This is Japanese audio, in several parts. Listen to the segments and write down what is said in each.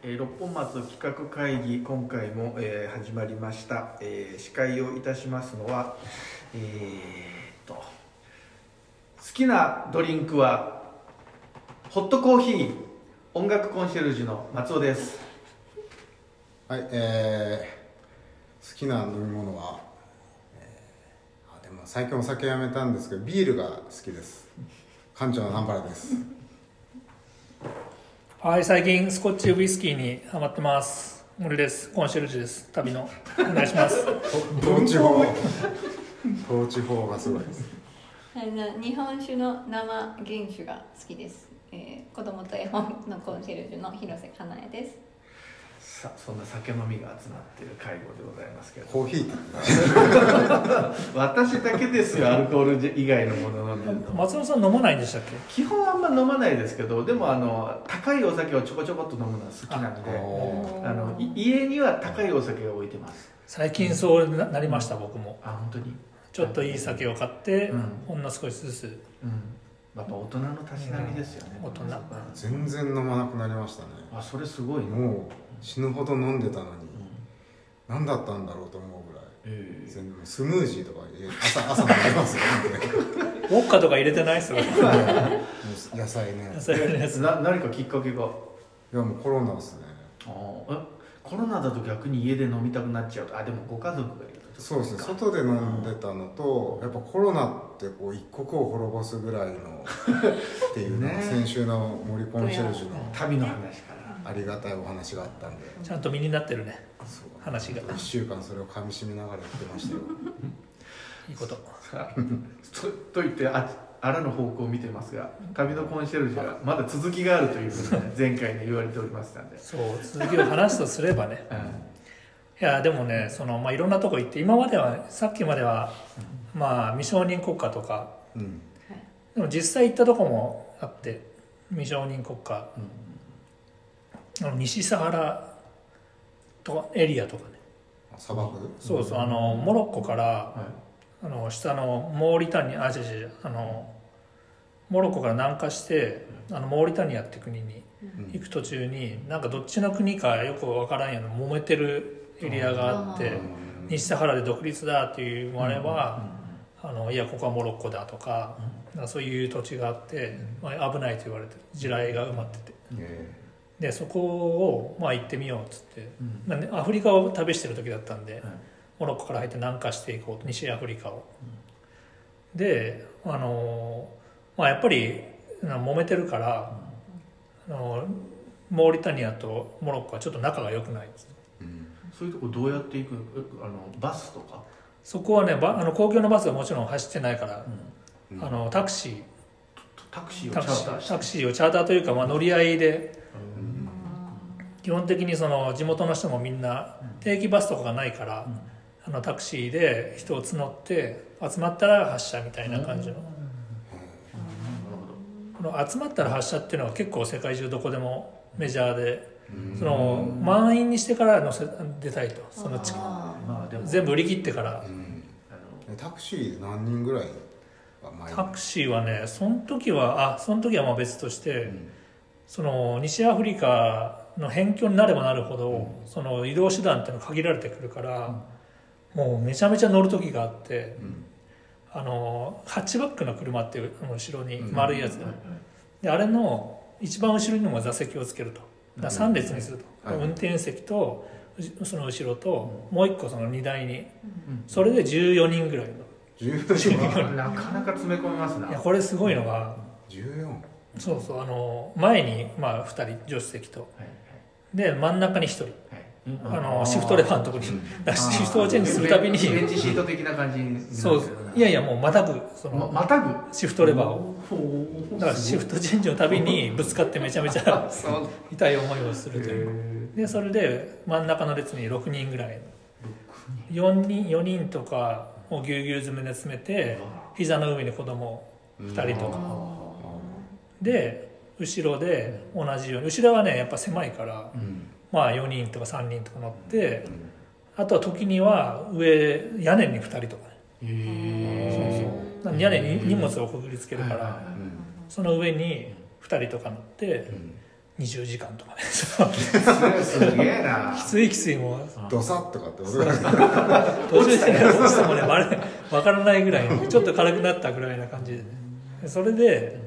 六本松企画会議、今回も、始まりました。司会をいたしますのは、好きなドリンクはホットコーヒー、音楽コンシェルジュの松尾です。 はい、好きな飲み物は、でも最近お酒やめたんですけどビールが好きです。館長の南原です。 はい、最近スコッチウイスキーにハマってます。森です。コンシェルジュです。旅のお願いします。 統治法がすごいです。 日本酒の生原酒が好きです。子供と絵本のコンシェルジュの広瀬かなえです。 さあ、そんな酒飲みが集まっている会合でございますけど、 コーヒー私だけですよ、アルコール以外のもの飲んでるの。 松尾さん飲まないんでしたっけ？ 基本あんま飲まないですけど、でも高いお酒をちょこちょこっと飲むのは好きなので、家には高いお酒を置いてます。 最近そうなりました、僕も。 本当にちょっといい酒を買って、ほんの少しずつ、 やっぱ大人のたしなみですよね。 大人全然飲まなくなりましたね。 それすごいね。 もう死ぬほど飲んでたのに、何だったんだろうと思うぐらい、全然スムージーとか朝飲みますよね。 ウォッカとか入れてないですよ。 野菜ね。 何かきっかけが？ いや、もうコロナですね。 コロナだと逆に家で飲みたくなっちゃうと。でもご家族がいると。 そうですね、外で飲んでたのと、やっぱコロナってこう一国を滅ぼすぐらいのっていうのが先週の森コンシェルジュの旅の話からありがたいお話があったんで、 ちゃんと身になってるね、話が。 1週間それを噛み締めながらやってましたよ。 いいこと。 と言ってあらぬ方向を見てますが、旅のコンシェルジュはまだ続きがあるというふうに、前回に言われておりましたんで、 そう、続きを話すとすればね、いやでもね、いろんなとこ行って、今まではさっきまでは、未承認国家とか、でも実際行ったとこもあって、未承認国家、西サハラとかエリアとかね、 砂漠？ そうそう、モロッコから、下のモーリタニア、モロッコから南下してモーリタニアって国に行く途中に、なんかどっちの国かよくわからんような揉めてるエリアがあって、西サハラで独立だっていうのもあれば、いやここはモロッコだとか、そういう土地があって、危ないと言われて地雷が埋まってて、でそこを行ってみようっつって、アフリカを旅してる時だったんで、モロッコから入って南下していこうと、西アフリカを。でやっぱり揉めてるから、モーリタニアとモロッコはちょっと仲が良くないです、 そういうとこどうやって行く？バスとか？ そこはね、公共のバスはもちろん走ってないから、タクシーをチャーターというか、乗り合いで、基本的に地元の人もみんな定期バスとかがないから、タクシーで人を募って集まったら発車みたいな感じの、この集まったら発車っていうのは結構世界中どこでもメジャーで、満員にしてから出たいと、全部売り切ってから。 タクシー何人ぐらい？ タクシーはね、その時は別として、西アフリカの辺境になればなるほど、移動手段っていうのが限られてくるから、もうめちゃめちゃ乗る時があって、ハッチバックの車っていう後ろに丸いやつで、あれの一番後ろにも座席をつけると、だから3列にすると、運転席とその後ろともう一個荷台に、それで14人ぐらいの。 なかなか詰め込みますね。 いやこれすごいのが、 14？ そうそう、前に2人助手席と、で真ん中に1人、シフトレバーのところにシフトをチェンジするたびにベンチシート的な感じになってる。 そう、いやもうまたぐシフトレバーを、だからシフトチェンジのたびにぶつかってめちゃめちゃ痛い思いをするという。でそれで真ん中の列に6人ぐらい、4人とかをぎゅうぎゅう詰めで詰めて、膝の上に子供2人とかで、後ろで同じように、後ろはねやっぱ狭いから、4人とか3人とか乗って、あとは時には屋根に2人とかね、屋根に荷物をくぐりつけるから、その上に2人とか乗って、 20時間とかねすげえな。 きついもうドサッとかって音が途中でね落ちてもね分からないぐらい、ね、ちょっと軽くなったぐらいな感じでね。それで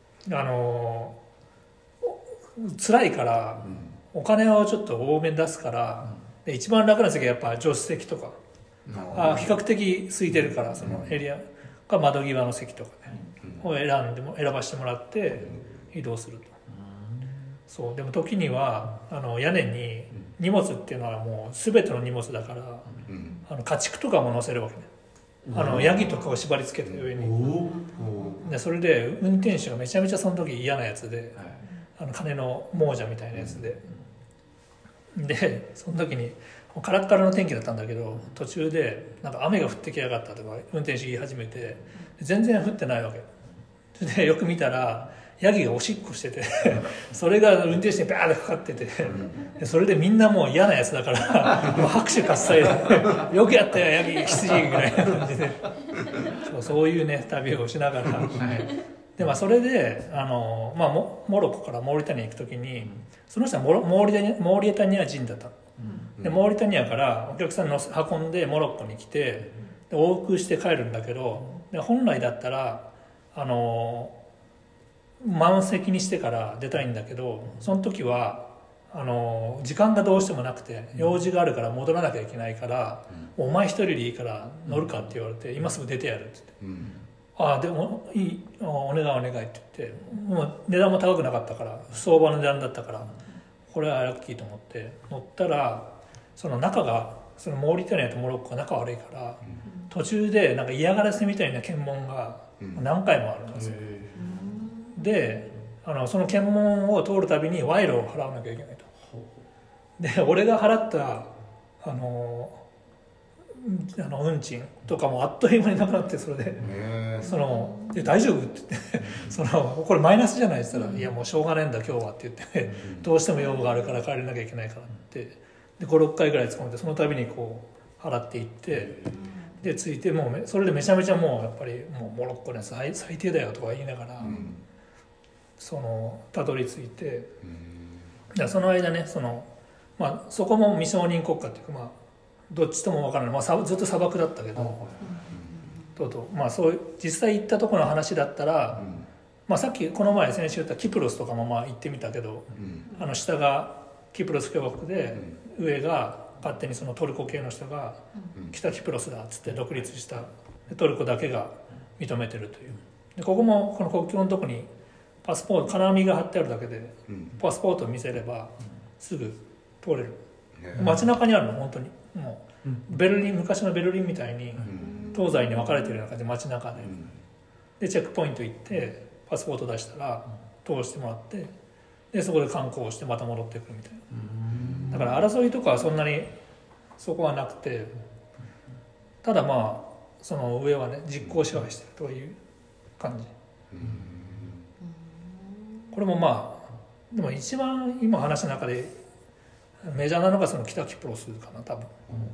辛いからお金をちょっと多めに出すから、で一番楽な席はやっぱ助手席とか、比較的空いてるからそのエリアが窓際の席とかね、を選ばせてもらって移動すると。そうでも時には屋根に荷物っていうのはもう全ての荷物だから、家畜とかも乗せるわけね。ヤギとかを縛り付けて上に。でそれで運転手がめちゃめちゃその時嫌なやつで、金の亡者みたいなやつでその時にカラッカラの天気だったんだけど、途中でなんか雨が降ってきやがったとか運転手言い始めて、全然降ってないわけで、よく見たらヤギがおしっこしててそれが運転手にバーッとかかってて、それでみんなもう嫌なやつだからもう拍手喝采でよくやったよヤギ羊ぐらいな感じでそういうね旅をしながら、でそれでモロッコからモーリタニア行く時に、その人はモーリタニア人だった、でモーリタニアからお客さんに運んでモロッコに来てで往復して帰るんだけど、で本来だったら満席にしてから出たいんだけど、その時は時間がどうしてもなくて用事があるから戻らなきゃいけないから、お前一人でいいから乗るかって言われて、今すぐ出てやるって言って、ああでもいい、お願いって言って、もう値段も高くなかったから相場の値段だったから、これはラッキーと思って乗ったら、その中がそのモーリタニアとモロッコが仲悪いから、途中でなんか嫌がらせみたいな検問が何回もあるんですよ。でその検問を通るたびに賄賂を払わなきゃいけないと。で俺が払った運賃とかもあっという間になくなって、それでで大丈夫って言ってこれマイナスじゃないって言ったら、いやもうしょうがないんだ今日はって言ってどうしても用があるから帰れなきゃいけないからってで56回ぐらい使って、その度にこう払っていって、で着いてもうそれでめちゃめちゃもうやっぱりもうモロッコのやつ最低だよとか言いながら、たどり着いて、その間ねそこも未承認国家っていうか、どっちとも分からない、ずっと砂漠だったけど、そういう実際行ったところの話だったら、さっきこの前先週言ったキプロスとかも行ってみたけど、下がキプロス共和国で、上が勝手にそのトルコ系の人が北キプロスだっつって独立した、トルコだけが認めてるという。でここもこの国境のとこにパスポート金網が貼ってあるだけで、パスポートを見せればすぐ通れる。街中にあるの本当にもう昔のベルリンみたいに東西に分かれてるような感じで街中で、チェックポイント行ってパスポート出したら通してもらって、でそこで観光してまた戻ってくるみたいな。だから争いとかはそんなにそこはなくて、ただその上はね実効支配してるという感じ。これもでも一番今話した中でメジャーなのがその北キプロスかな多分。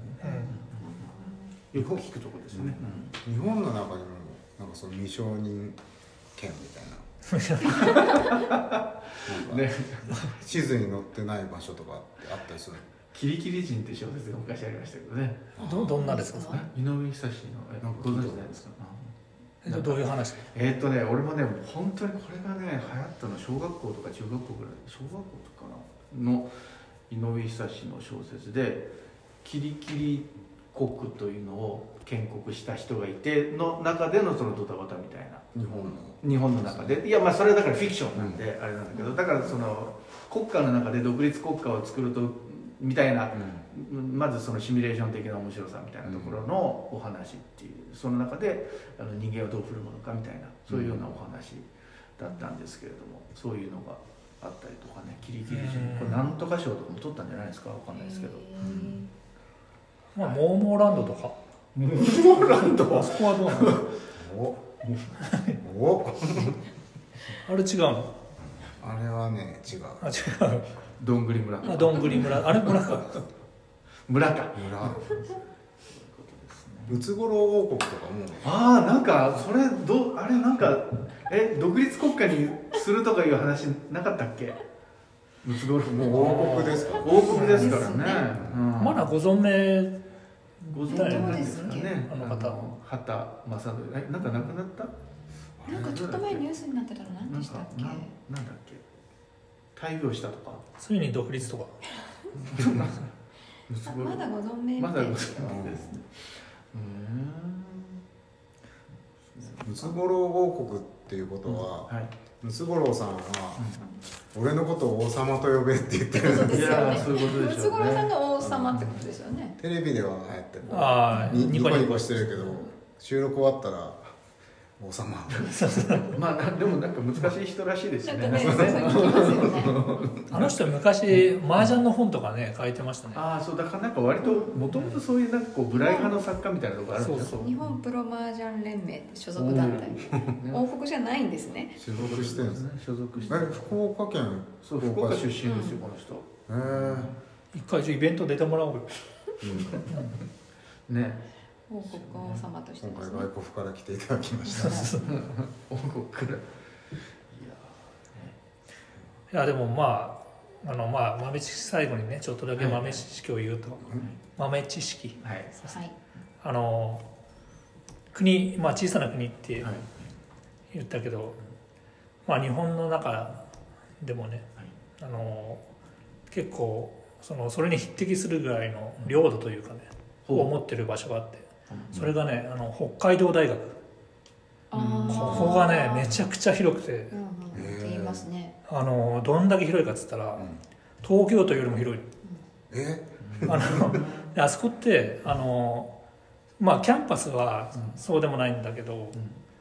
よく聞くとこですね。 日本の中にもなんかその未承認県みたいなね、地図に載ってない場所とかってあったりする。 キリキリ人って小説が昔ありましたけどね。 どんなですか。 井上久志のご存知ないですか。 どういう話？ 俺もね本当にこれがね流行ったの小学校とか中学校ぐらい、小学校とかの井上久志の小説で、キリキリ国というのを建国した人がいての中でのそのドタバタみたいな、日本の中で、いやそれはだからフィクションなんであれなんだけど、だからその国家の中で独立国家を作るとみたいな、まずそのシミュレーション的な面白さみたいなところのお話っていう、その中で人間はどう振る舞うのかみたいな、そういうようなお話だったんですけれども、そういうのがあったりとかね、キリキリ人、これなんとか賞とかも取ったんじゃないですか、わかんないですけど、 モーモーランドとか。 モーランド、 あそこはどうなの？あれ違うの？ あれはね違う。 違う。 どんぐり村。 どんぐり村、あれ村か。 村か。 ムツゴロウ王国とかも。 なんかそれあれなんか独立国家にするとかいう話なかったっけ？ ムツゴロウもう王国ですから王国ですからね。 まだご存命ご存知なんですかね。 あの方畑正則、なんか亡くなった？ なんかちょっと前ニュースになってたの何でしたっけ？ なんだっけ？大病したとか。 ついに独立とかまだご存命みたいな。 まだご存命ですね。 ムツゴロウ王国っていうことは、 はい。 ムツゴロウさんは、俺のことを王様と呼べって言ってるんですいやそういうことでしょうね。 ムツゴロウさんが王様ってことですよね。 テレビではああやってこああうニコニコニコニコしてるけど、収録終わったら王様まあでもなんか難しい人らしいですよね。 ちょっとね、そういうの聞きますよね。 あの人昔麻雀の本とかね書いてましたね。 ああそうだからなんか割ともともとそういうなんかこうブライ派の作家みたいなとこあるんですよ。 そう日本プロマージャン連盟って所属団体。王国じゃないんですね。 所属してるんですね。 所属してる。 福岡県そう福岡出身ですよこの人。 一回イベント出てもらおうよ。 ね。 王国王様として今ですね。 回外国から来ていただきました王国から。 いやでもまあ豆知識最後にねちょっとだけ豆知識を言うと、豆知識はい。 はい。 国小さな国ってはい。 言ったけど、日本の中でもね、結構それに匹敵するぐらいの領土というかね、を持ってる場所があって、それがね北海道大学、ここがねめちゃくちゃ広くて、 って言いますね。 どんだけ広いかっつったら、東京都よりも広い。あそこってキャンパスはそうでもないんだけど、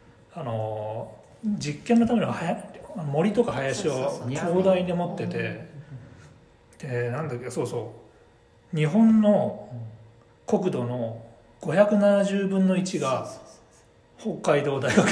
実験のための森とか林を広大に持ってて、でなんだっけ日本の国土の570分の1が北海道大学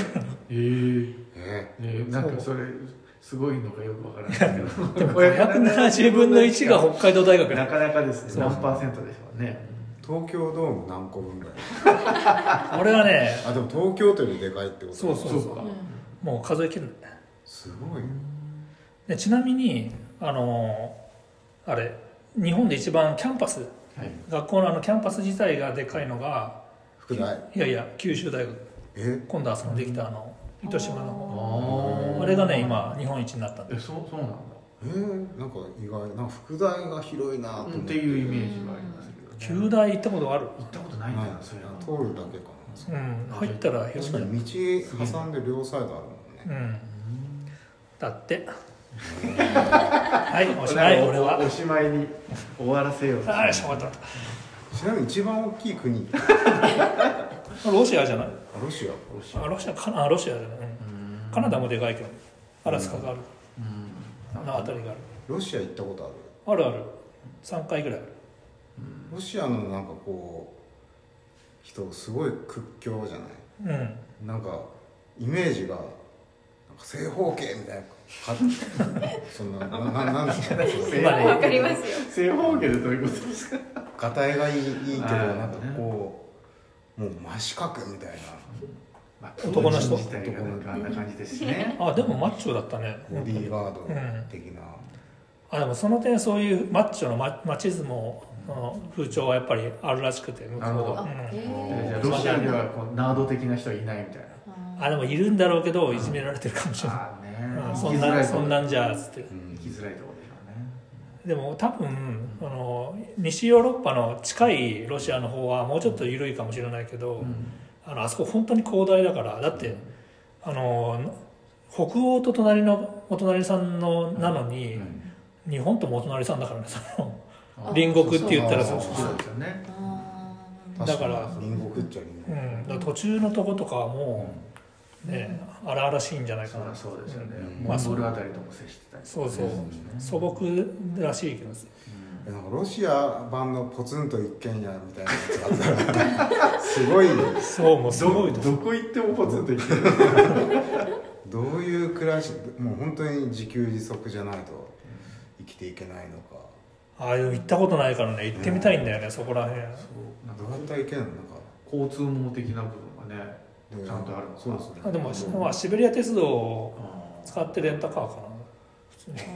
なんかそれすごいのかよくわからないけどでも570分の1が北海道大学なかなかですね。何パーセントでしょうね。 東京ドーム何個分ぐらい？ 俺はねでも東京都よりでかいってこと？ そうか。 もう数えきれない。 すごい。 でちなみにあれ日本で一番キャンパス、学校のキャンパス自体がでかいのが福大。 いや九州大学。今度はできた糸島の方、あれがね今日本一になったんで。 そうなんだ。 なんか意外な福大が広いなと思っていうイメージがありますけど。 九大行ったことある？ 行ったことないんだよ。 通るだけかな。入ったら確かに道挟んで両サイドあるもんね。 だって。はいおしまい。俺はおしまいに終わらせよう。 しょうがなかった。 ちなみに一番大きい国。 ロシアじゃない？ ロシアじゃない。カナダもでかいけど、アラスカがある。あの辺りがある。 ロシア行ったことある？ ある。3回ぐらいある。 ロシアのなんかこう人すごい屈強じゃない？なんかイメージがなんか正方形みたいな。そんななんですかね。 わかりますよ。 正方形でどういうことですか？ ガタイがいいけどなんかこうもう真四角みたいな。 男の人。 男のあんな感じですね。 でもマッチョだったね。 ボディーガード的な。 でもその点そういうマッチョのマチズモの風潮はやっぱりあるらしくて向こう。 ロシアではナード的な人はいないみたいな。 でもいるんだろうけどいじめられてるかもしれない。そんなんじゃつって。 生きづらいところでしょうね。 でも多分西ヨーロッパの近いロシアの方はもうちょっと緩いかもしれないけど、あそこ本当に広大だから。だって北欧とお隣さんなのに、日本ともお隣さんだからね。隣国って言ったらそうですよね。だから隣国っちゃ隣国。途中のとことかはもうね荒々しいんじゃないかな。 そうですよね。モンゴルあたりとも接してたり。 そう素朴らしいけど。 なんかロシア版のポツンと一軒家みたいなやつがあったらすごい。 もうすごいどこ行ってもポツンと一軒家。 どういう暮らし、もう本当に自給自足じゃないと生きていけないのか。 でも行ったことないからね行ってみたいんだよね、そこら辺。 どうやったらいけんの？なんか交通網的な部分がねちゃんとあるのか。 でもシベリア鉄道を使ってレンタカーかな普通に。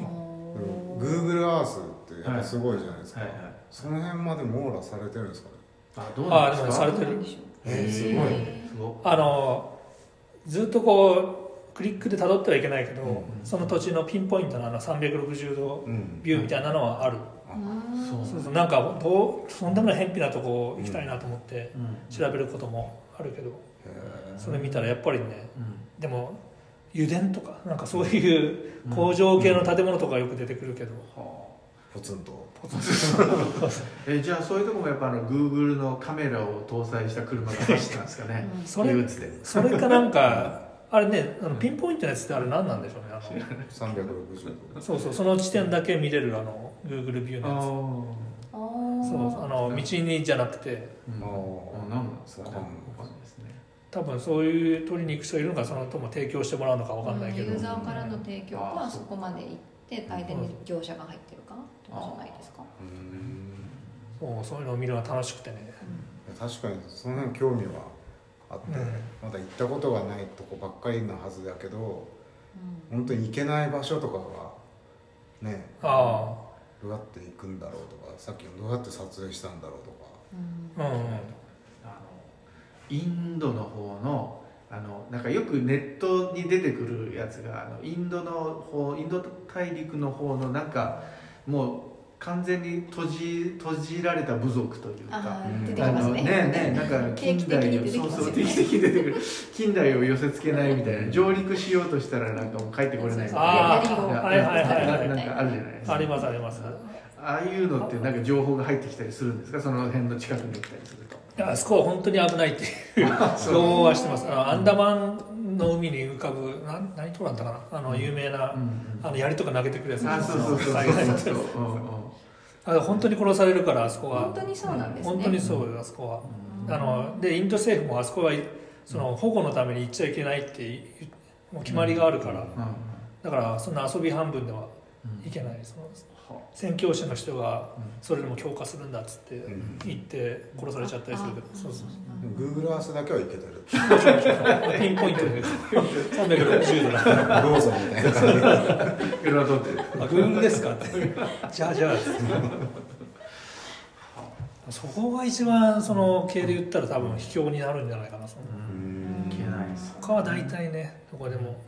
Google Earth ってやっぱすごいじゃないですか、 はいはい、 その辺まで網羅されてるんですかね。 どうなんですか。 でもされてる。 すごい。 ずっとこうクリックで辿ってはいけないけど、その土地のピンポイントの360度ビューみたいなのはある。そうなんかそんな偏僻なとこ行きたいなと思って調べることもあるけど、それ見たらやっぱりね、でも油田とかなんかそういう工場系の建物とかよく出てくるけど、 ポツンとじゃあそういうとこもやっぱGoogle のカメラを搭載した車が走ったんですかね。 それかなんかあれね、ピンポイントのやつってあれ何なんでしょうね。 360度。 そうその地点だけ見れるGoogle ビューのやつ。そう道にじゃなくて、 何なんですかね。多分そういう取りに行く人がいるのか、そのとも提供してもらうのか分かんないけど、 ユーザーからの提供かそこまで行って相手に業者が入ってるかとかじゃないですか。 そういうのを見るのが楽しくてね。 確かにその辺興味はあって、まだ行ったことがないとこばっかりなはずだけど、本当に行けない場所とかがね、どうやって行くんだろうとか、さっきのどうやって撮影したんだろうとか、 インドの方のなんかよくネットに出てくるやつがインド大陸の方のなんかもう完全に閉じられた部族というか、 出てきますね。 なんか近代を定期的に出てくる近代を寄せ付けないみたいな、上陸しようとしたらなんかもう帰ってこれないみたいな、なんかあるじゃないですか。 ありますあります。 ああいうのってなんか情報が入ってきたりするんですか、その辺の近くに行ったりすると。 あそこは本当に危ないっていう情報はしてます。アンダマンの海に浮かぶ何島なんだかな、有名な槍とか投げてくるやつ。本当に殺されるから、あそこは本当にそうなんですね。 本当にそうあそこは。でインド政府もあそこはその保護のために行っちゃいけないってもう決まりがあるから、だからそんな遊び半分ではいけない。宣教師の人がそれでも強化するんだっつって行って殺されちゃったりするけど、 Google Earth だけは行けてる。 ピンポイントで360度だ。 ローソンみたいな感じで。 車撮ってる。 Google ですかって。じゃあそこが一番その系で言ったら多分秘境になるんじゃないかな。 いけないです。 他は大体ねどこでも。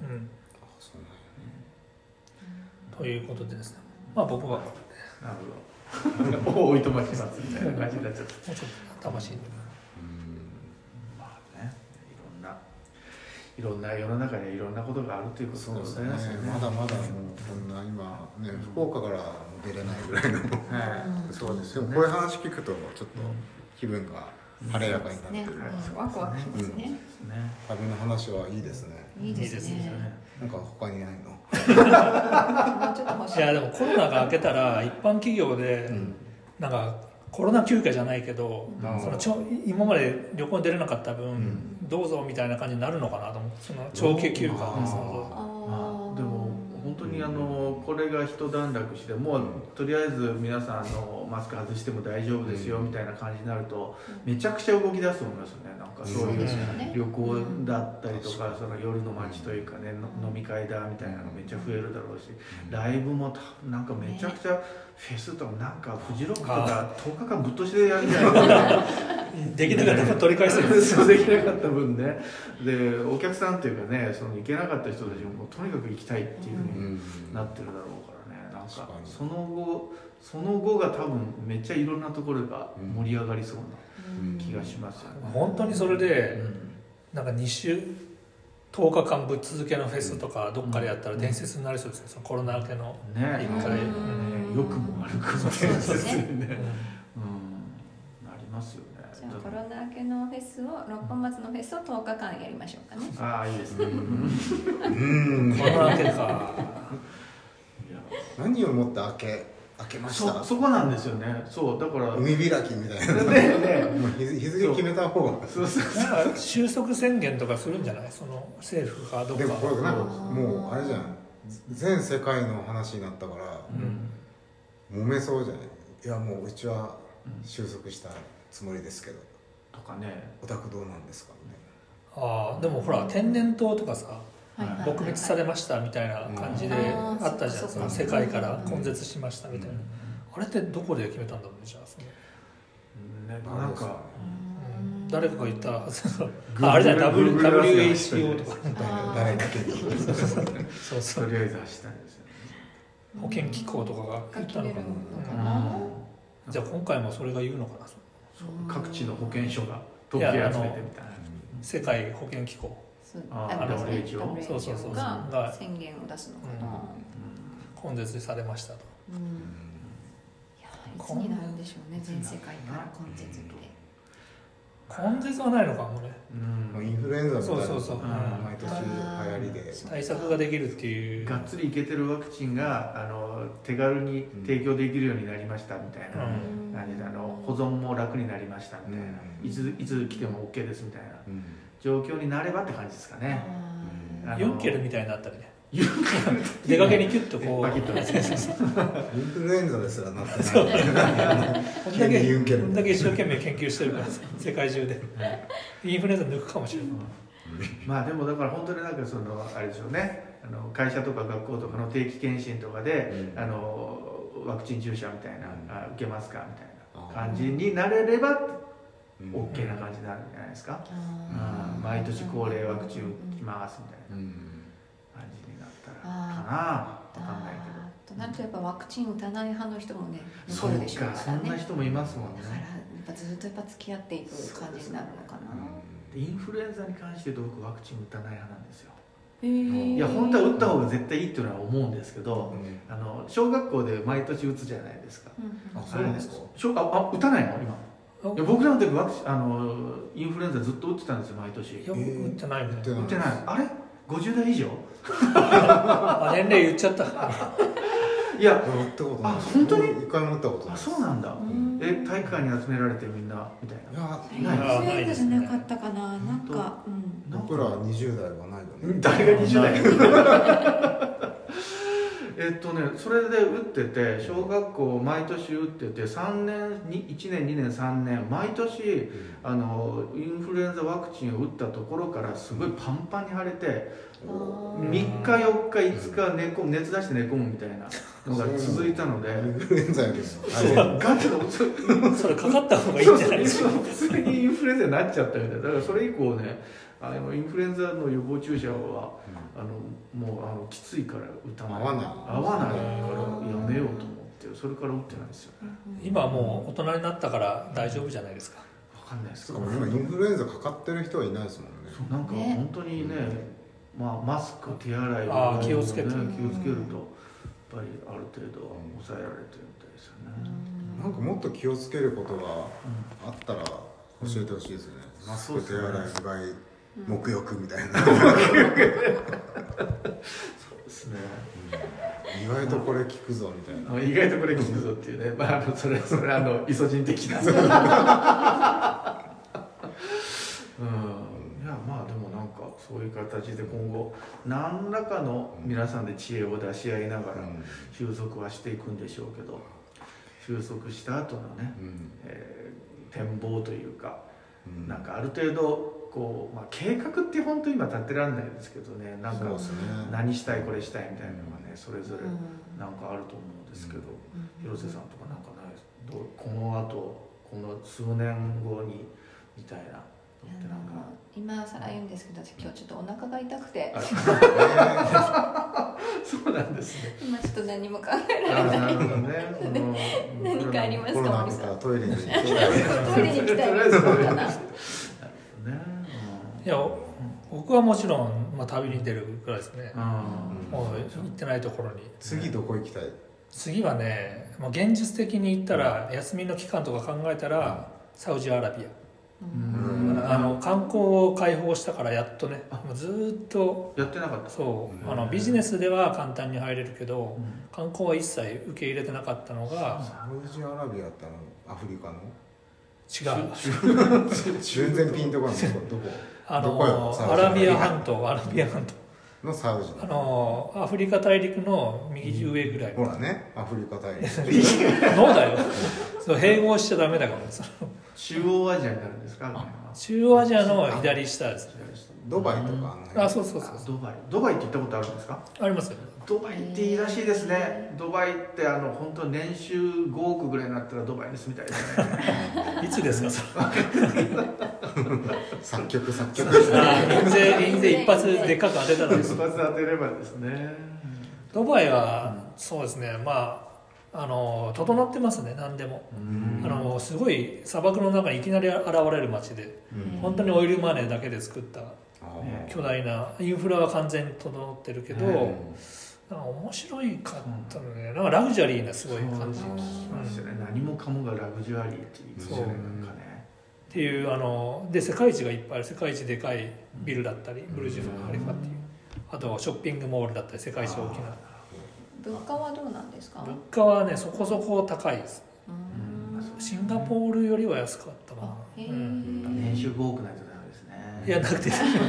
ということでですね。僕はなるほど。おいとましますみたいな感じになっちゃった。 もうちょっと魂に。 まあね、いろんな世の中にはいろんなことがあるということでございますよね。 まだまだもうこんな今ね、福岡から出れないぐらいの。そうですよ。こういう話聞くとちょっと気分が晴れやかになってる。 ワクワクしますね。 旅の話はいいですね。 いいですね。 なんか他にないの？ いやでもコロナが明けたら一般企業でなんかコロナ休暇じゃないけど、今まで旅行に出れなかった分どうぞみたいな感じになるのかなと思って、その長期休暇でも本当にこれが一段落してもうとりあえず皆さんマスク外しても大丈夫ですよみたいな感じになるとめちゃくちゃ動き出すと思いますよね。なんかそういう旅行だったりとか、その夜の街というかね、飲み会だみたいなのめっちゃ増えるだろうし、ライブもなんかめちゃくちゃフェスとかなんかフジロックとか10日間ぶっ通しでやるんじゃないですか。 できなかった分取り返せる。 そうできなかった分ね。でお客さんというかね、その行けなかった人たちもとにかく行きたいっていうふうになってるだろうからね。なんかその後が多分めっちゃいろんなところが盛り上がりそうな気がしますよね。 本当にそれでなんか10日間ぶっ続けのフェスとかどっかでやったら伝説になりそうですね。そのコロナ明けの一回良くも悪くも伝説にねなりますよね。 じゃあコロナ明けのフェスを六本松のフェスを10日間やりましょうかね。 ああいいですね。 コロナ明けか。 何をもって開けました。 そこなんですよね。そうだから海開きみたいな日付決めた方が収束宣言とかするんじゃない、その政府かどうか。 でもこれなんかもうあれじゃん、全世界の話になったから揉めそうじゃない。いやもううちは収束したつもりですけどとかね、 お宅どうなんですかみたいな。でもほら天然痘とかさ、 撲滅されましたみたいな感じであったじゃないですか、世界から根絶しましたみたいな、あれってどこで決めたんだろうね、じゃあなんか誰かが言ったはずあれじゃない、WHO とか誰だけにそうそう、 とりあえず走ったんですよね。 保健機構とかが言ったのかな。じゃあ今回もそれが言うのかな。 各地の保健所が統計集めてみたいな。 世界保健機構、 WHO そうそうそうが宣言を出すのかな。 根絶されましたと。 いやいつになるんでしょうね、全世界から根絶って。 根絶はないのかもね。 インフルエンザみたいな、 そうそうそう、 毎年流行りで対策ができるっていう、 がっつりいけてるワクチンが手軽に提供できるようになりましたみたいな感じで、保存も楽になりましたみたいな、いつ来ても OK ですみたいな状況になればって感じですかね。 ユンケルみたいになったりね、出かけにキュッとこうインフルエンザですらなってないこんだけ一生懸命研究してるから世界中でインフルエンザ抜くかもしれない。 まあでもだから本当になんかあれでしょうね、会社とか学校とかの定期検診とかで、ワクチン注射みたいな、受けますかみたいな感じになれれば OK な感じになるんじゃないですか。毎年恒例ワクチン打ちますみたいな感じになったらかな、分かんないけど。 となるとやっぱワクチン打たない派の人もね残るでしょうからね。 そんな人もいますもんね。 だからやっぱずっと付き合っていく感じになるのかな。 インフルエンザに関して言うと僕ワクチン打たない派なんですよ。 いや本当は打った方が絶対いいっていうのは思うんですけど、小学校で毎年打つじゃないですか。 そうなんですか。 打たないの今。いや僕らの時インフルエンザずっと打ってたんですよ毎年。 いや打ってないね。 打ってない。あれ50代以上年齢言っちゃったいや打ったことない。 本当に一回も打ったことない。 そうなんだ。体育館に集められてみんなみたいな。 インフルエンザじゃなかったかな。なんか僕ら20代はないよね。 誰が20代それで打ってて、小学校毎年打ってて3年1年2年3年毎年インフルエンザワクチンを打ったところからすごいパンパンに腫れて3日4日5日熱出して寝込むみたいなのが続いたので、 インフルエンザよりもガチのそれかかった方がいいんじゃないですか。 普通にインフルエンザになっちゃったみたいな。だからそれ以降ね、インフルエンザの予防注射はもうきついから打たない、合わないからやめようと思ってそれから打ってないですよね。 今はもう大人になったから大丈夫じゃないですか。 分かんないです。 今インフルエンザかかってる人はいないですもんね。 なんか本当にね、マスク手洗いを気をつけるとやっぱりある程度抑えられてるみたいですよね。 なんかもっと気をつけることがあったら教えてほしいですよね。マスク手洗いうがい沐浴みたいなそうですね、意外とこれ効くぞみたいな、 意外とこれ効くぞっていうね、それイソジン的なうん、いやまあでもなんかそういう形で今後何らかの皆さんで知恵を出し合いながら収束はしていくんでしょうけど、収束した後のね、展望というか、なんかある程度計画って本当に今立てられないですけどね、なんか何したいこれしたいみたいなのがねそれぞれなんかあると思うんですけど、広瀬さんとかなんかないですか？この後この数年後にみたいなってなんか今更言うんですけど、今日ちょっとお腹が痛くてそうなんですね。 今ちょっと何も考えられない。何かありますか？ コロナとかトイレに行きたいトイレに行きたいですかな。 いや僕はもちろん、旅に出るくらいですね。もう行ってないところに。 次どこ行きたい？ 次はね、現実的に言ったら、休みの期間とか考えたら、サウジアラビア、観光を開放したからやっとね、ずっとやってなかった。 そうビジネスでは簡単に入れるけど、観光は一切受け入れてなかったのが。 サウジアラビアってアフリカの？ 違う全然ピンとこない。どこ？ アラビア半島のサウジアフリカ大陸の右上ぐらい。 ほらね、アフリカ大陸そうだよ。そう併合しちゃダメだから。 中央アジアになるんですか？ 中央アジアの左下です。 ドバイとかあ、そうそうそう。 ドバイって行ったことあるんですか？ ありますよ。 ドバイっていいらしいですね。ドバイって本当年収5億ぐらいになったらドバイに住みたいですね。 いつですかそれ？ 作曲印税一発でっかく当てたらです。 一発当てればですね。 ドバイはそうですね。まあ整ってますね。何でも。すごい砂漠の中にいきなり現れる街で、本当にオイルマネーだけで作った巨大なインフラは完全に整ってるけど、なんか面白いかったのね。なんかラグジュアリーなすごい感じ。 ですよね。何もかもがラグジュアリーって言いますよね。なんかね。 っていうで世界一がいっぱいある。世界一でかいビルだったり、ブルジュハリファっていう、あとショッピングモールだったり、世界一大きな。 物価はどうなんですか？ 物価はねそこそこ高いです。シンガポールよりは安かったな。 年収5億ないとダメですね。 いやなくて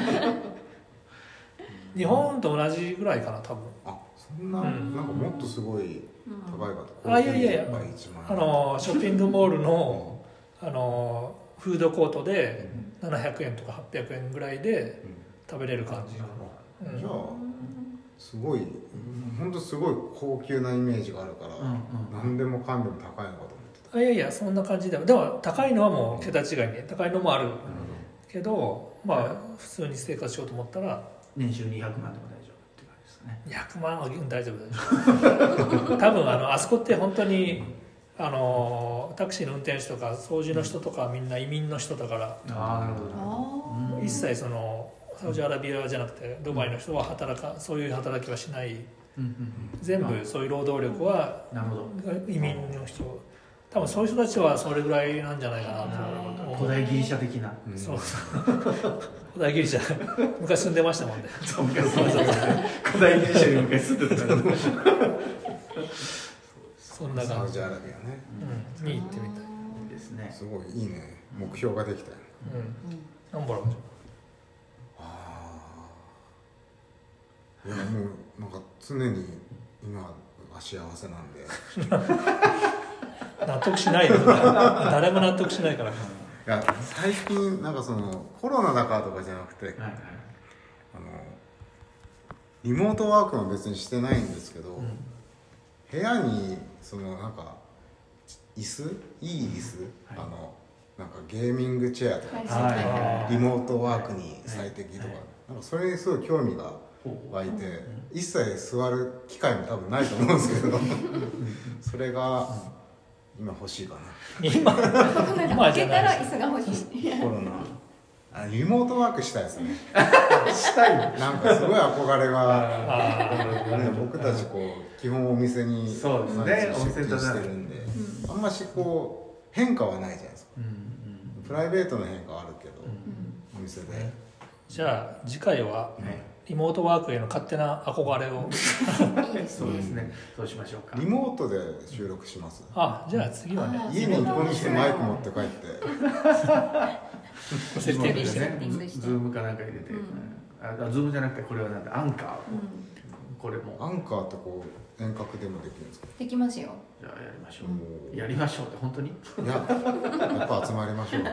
日本と同じぐらいかな多分。 あ、そんな、なんかもっとすごい高いかと。 いやショッピングモールのフードコートで700円とか800円ぐらいで食べれる感じ。 じゃあすごい本当すごい高級なイメージがあるから、何でもかんでも高いのかと思ってた。 いやそんな感じでも高いのはもう桁違いに高いのもあるけど、まあ普通に生活しようと思ったら年収200万でも大丈夫って感じですかね。 200万は大丈夫多分あそこって本当にタクシーの運転手とか掃除の人とかみんな移民の人だから、 なるほど。 一切サウジアラビアじゃなくてドバイの人はそういう働きはしない、全部そういう労働力は移民の人、多分そういう人たちはそれぐらいなんじゃないかなと。 古代ギリシャ的な。 そう古代ギリシャ昔住んでましたもんね。 古代ギリシャに昔住んでたからそんな感じ。 サウジアラビアね、 に行ってみたい。 いいですね。 すごいいいね。目標ができたよ。 なんぼらいやもうなんか常に今は幸せなんで納得しないよ誰も納得しないから。いや最近なんかコロナだからとかじゃなくて、リモートワークも別にしてないんですけど、部屋になんかいい椅子、なんかゲーミングチェアとか、リモートワークに最適とか、なんかそれにすごい興味が湧いて、一切座る機会も多分ないと思うんですけどそれが今欲しいかな。 今開けたら椅子が欲しい。 コロナリモートワークしたいですねしたい。 なんかすごい憧れが僕たち基本お店に出勤してるんで、あんまし変化はないじゃないですか。プライベートの変化はあるけど、お店で。 じゃあ次回はリモートワークへの勝手な憧れをそうですね。そうしましょうか。 リモートで収録します。 じゃあ次はね、 家に一本にしてマイク持って帰ってセッティングしてね、ズームかなんか入れて、ズームじゃなくてこれはなんだアンカー、これもアンカーって遠隔でもできるんですか？ できますよ。 じゃあやりましょう。やりましょうって本当に？いややっぱ集まりましょう。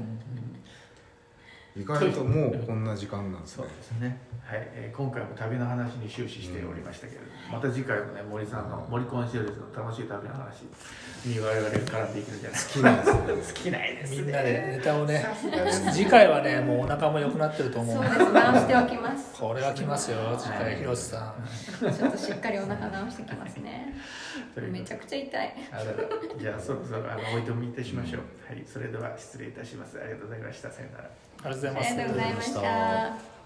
意外ともうこんな時間なんですね。 そうですね。はい、今回も旅の話に終始しておりましたけれども、また次回もね森さんの森コンシェルジュの楽しい旅の話に我々が絡んでいけるんじゃないですか。好きないですね。 みんなでネタをね。次回はねもうお腹も良くなってると思う。 そうです。直しておきます。 これは来ますよ次回広瀬さん。ちょっとしっかりお腹直してきますね。めちゃくちゃ痛い。 じゃあそろそろおいとみいたしましょう。はい、それでは失礼いたします。ありがとうございました。さよなら。 ありがとうございます。 ありがとうございました。